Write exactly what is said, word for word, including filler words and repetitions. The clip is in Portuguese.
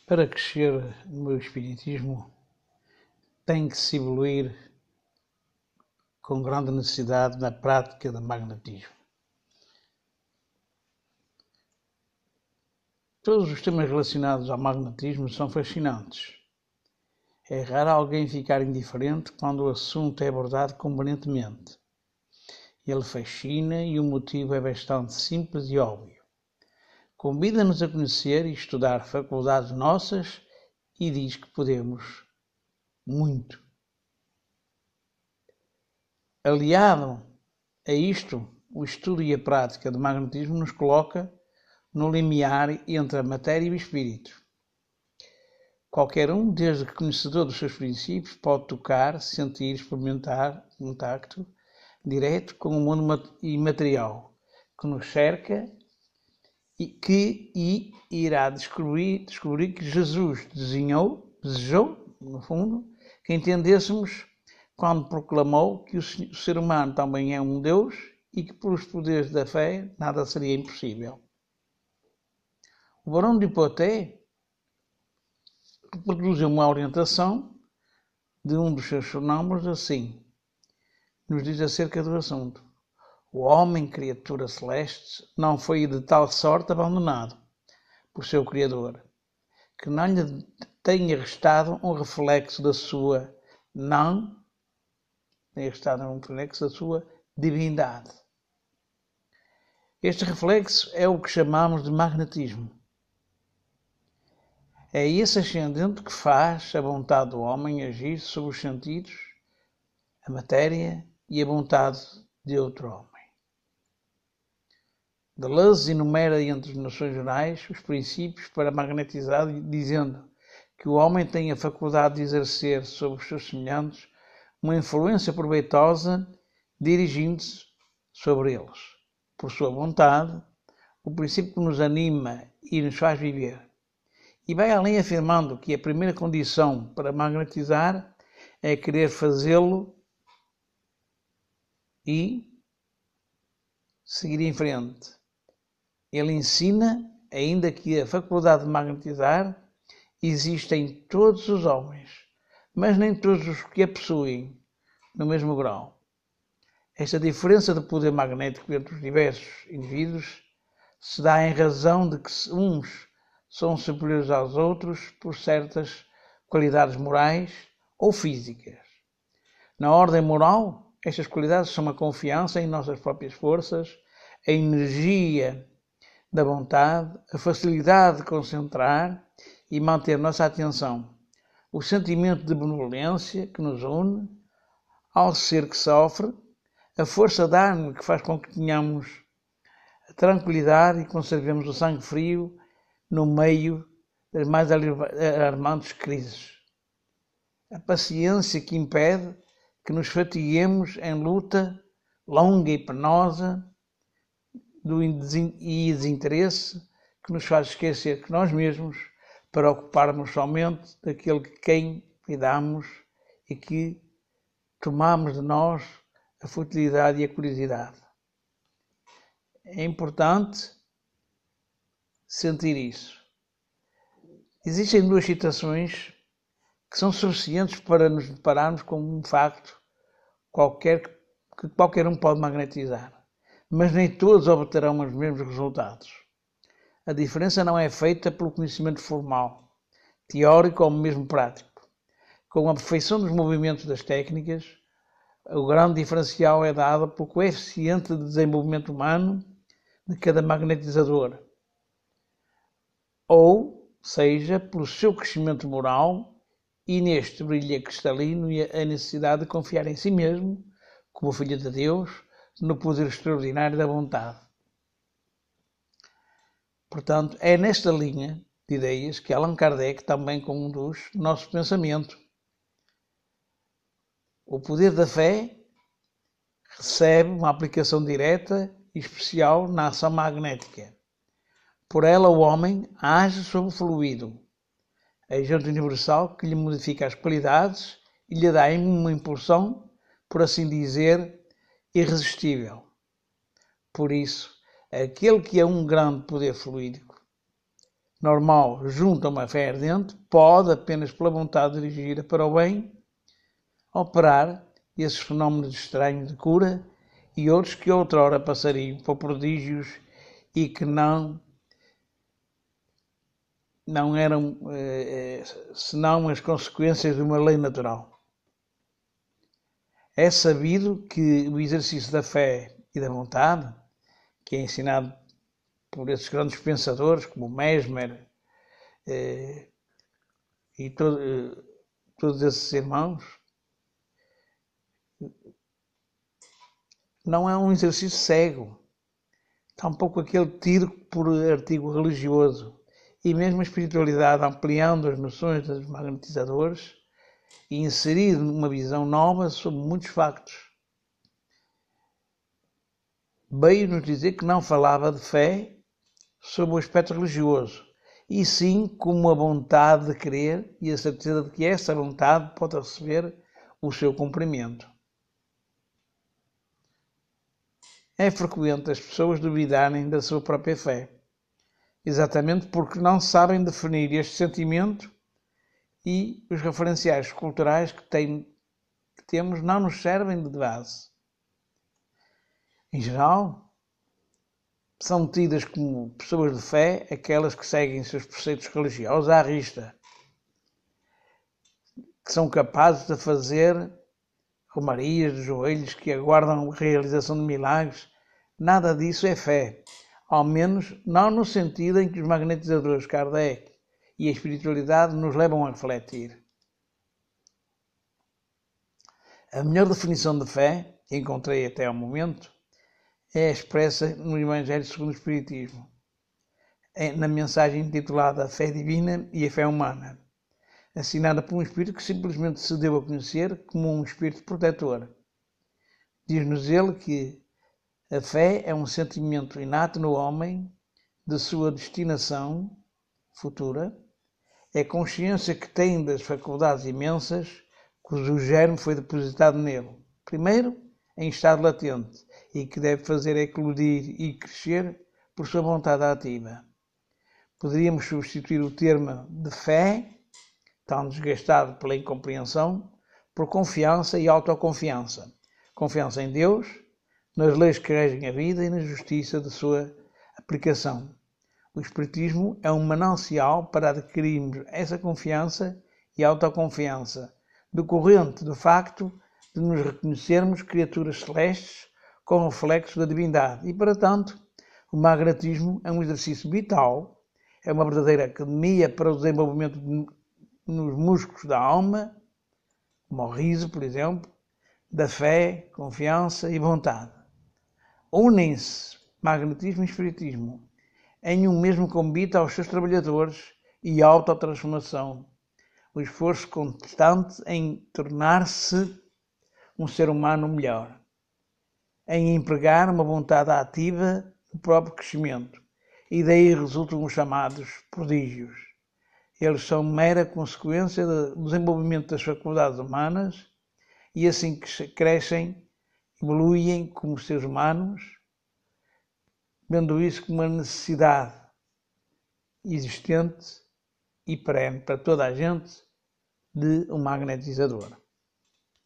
Para crescer no meu espiritismo, tem que se evoluir com grande necessidade na prática do magnetismo. Todos os temas relacionados ao magnetismo são fascinantes. É raro alguém ficar indiferente quando o assunto é abordado convenientemente. Ele fascina e o motivo é bastante simples e óbvio. Convida-nos a conhecer e estudar faculdades nossas e diz que podemos muito. Aliado a isto, o estudo e a prática do magnetismo nos coloca no limiar entre a matéria e o espírito. Qualquer um, desde que conhecedor dos seus princípios, pode tocar, sentir, experimentar contacto direto com o mundo imaterial que nos cerca e que e irá descobrir, descobrir que Jesus desenhou, desejou, no fundo, que entendêssemos quando proclamou que o ser humano também é um Deus e que pelos poderes da fé nada seria impossível. O Barão de Poitou produziu uma orientação de um dos seus sonâmbulos assim, nos diz acerca do assunto. O homem, criatura celeste, não foi de tal sorte abandonado por seu Criador, que não lhe tenha restado um reflexo da sua não, tenha restado um reflexo da sua divindade. Este reflexo é o que chamamos de magnetismo. É esse ascendente que faz a vontade do homem agir sobre os sentidos, a matéria e a vontade de outro homem. Deleuze enumera entre as noções gerais os princípios para magnetizar, dizendo que o homem tem a faculdade de exercer sobre os seus semelhantes uma influência proveitosa, dirigindo-se sobre eles, por sua vontade, o princípio que nos anima e nos faz viver. E vai além afirmando que a primeira condição para magnetizar é querer fazê-lo e seguir em frente. Ele ensina ainda que a faculdade de magnetizar existe em todos os homens, mas nem todos os que a possuem no mesmo grau. Esta diferença de poder magnético entre os diversos indivíduos se dá em razão de que uns são superiores aos outros por certas qualidades morais ou físicas. Na ordem moral, estas qualidades são a confiança em nossas próprias forças, a energia da vontade, a facilidade de concentrar e manter nossa atenção, o sentimento de benevolência que nos une ao ser que sofre, a força de ânimo que faz com que tenhamos a tranquilidade e conservemos o sangue frio no meio das mais alarmantes crises. A paciência que impede que nos fatiguemos em luta longa e penosa do e desinteresse que nos faz esquecer que nós mesmos para ocuparmos somente daquele que quem cuidamos e que tomamos de nós a futilidade e a curiosidade. É importante sentir isso. Existem duas citações que são suficientes para nos depararmos com um facto qualquer que qualquer um pode magnetizar, mas nem todos obterão os mesmos resultados. A diferença não é feita pelo conhecimento formal, teórico ou mesmo prático. Com a perfeição dos movimentos das técnicas, o grande diferencial é dado pelo coeficiente de desenvolvimento humano de cada magnetizador, ou seja, pelo seu crescimento moral, e neste brilha cristalino a necessidade de confiar em si mesmo, como filho de Deus, no poder extraordinário da vontade. Portanto, é nesta linha de ideias que Allan Kardec também conduz o nosso pensamento. O poder da fé recebe uma aplicação direta e especial na ação magnética. Por ela o homem age sobre o fluido, agente universal que lhe modifica as qualidades e lhe dá uma impulsão, por assim dizer, irresistível. Por isso, aquele que é um grande poder fluídico normal junto a uma fé ardente, pode, apenas pela vontade dirigida para o bem, operar esses fenómenos estranhos de cura e outros que outrora passariam por prodígios e que não, não eram eh, senão as consequências de uma lei natural. É sabido que o exercício da fé e da vontade, que é ensinado por esses grandes pensadores como Mesmer eh, e todo, eh, todos esses irmãos, não é um exercício cego, tampouco aquele tiro por artigo religioso, e mesmo a espiritualidade ampliando as noções dos magnetizadores e inserindo uma visão nova sobre muitos factos. Veio-nos dizer que não falava de fé sob o aspecto religioso, e sim como a vontade de crer e a certeza de que essa vontade pode receber o seu cumprimento. É frequente as pessoas duvidarem da sua própria fé, exatamente porque não sabem definir este sentimento e os referenciais culturais que, tem, que temos não nos servem de base. Em geral, são tidas como pessoas de fé aquelas que seguem seus preceitos religiosos à risca, que são capazes de fazer romarias de joelhos, que aguardam a realização de milagres. Nada disso é fé, ao menos não no sentido em que os magnetizadores Kardec e a espiritualidade nos levam a refletir. A melhor definição de fé, que encontrei até ao momento, é expressa no Evangelho segundo o Espiritismo, na mensagem intitulada A Fé Divina e a Fé Humana, assinada por um Espírito que simplesmente se deu a conhecer como um Espírito protetor. Diz-nos ele que a fé é um sentimento inato no homem de sua destinação futura, é consciência que tem das faculdades imensas cujo germe foi depositado nele, primeiro em estado latente, e que deve fazer eclodir e crescer por sua vontade ativa. Poderíamos substituir o termo de fé, tão desgastado pela incompreensão, por confiança e autoconfiança. Confiança em Deus, nas leis que regem a vida e na justiça de sua aplicação. O Espiritismo é um manancial para adquirirmos essa confiança e autoconfiança, decorrente do facto de nos reconhecermos criaturas celestes com reflexo da divindade e, para tanto, o magnetismo é um exercício vital, é uma verdadeira academia para o desenvolvimento de, nos músculos da alma, como o riso, por exemplo, da fé, confiança e vontade. Unem-se magnetismo e espiritismo em um mesmo convite aos seus trabalhadores e autotransformação, o esforço constante em tornar-se um ser humano melhor, em empregar uma vontade ativa no próprio crescimento, e daí resultam os chamados prodígios. Eles são mera consequência do desenvolvimento das faculdades humanas e assim que crescem, evoluem como seres humanos, vendo isso como uma necessidade existente e perene para toda a gente de um magnetizador.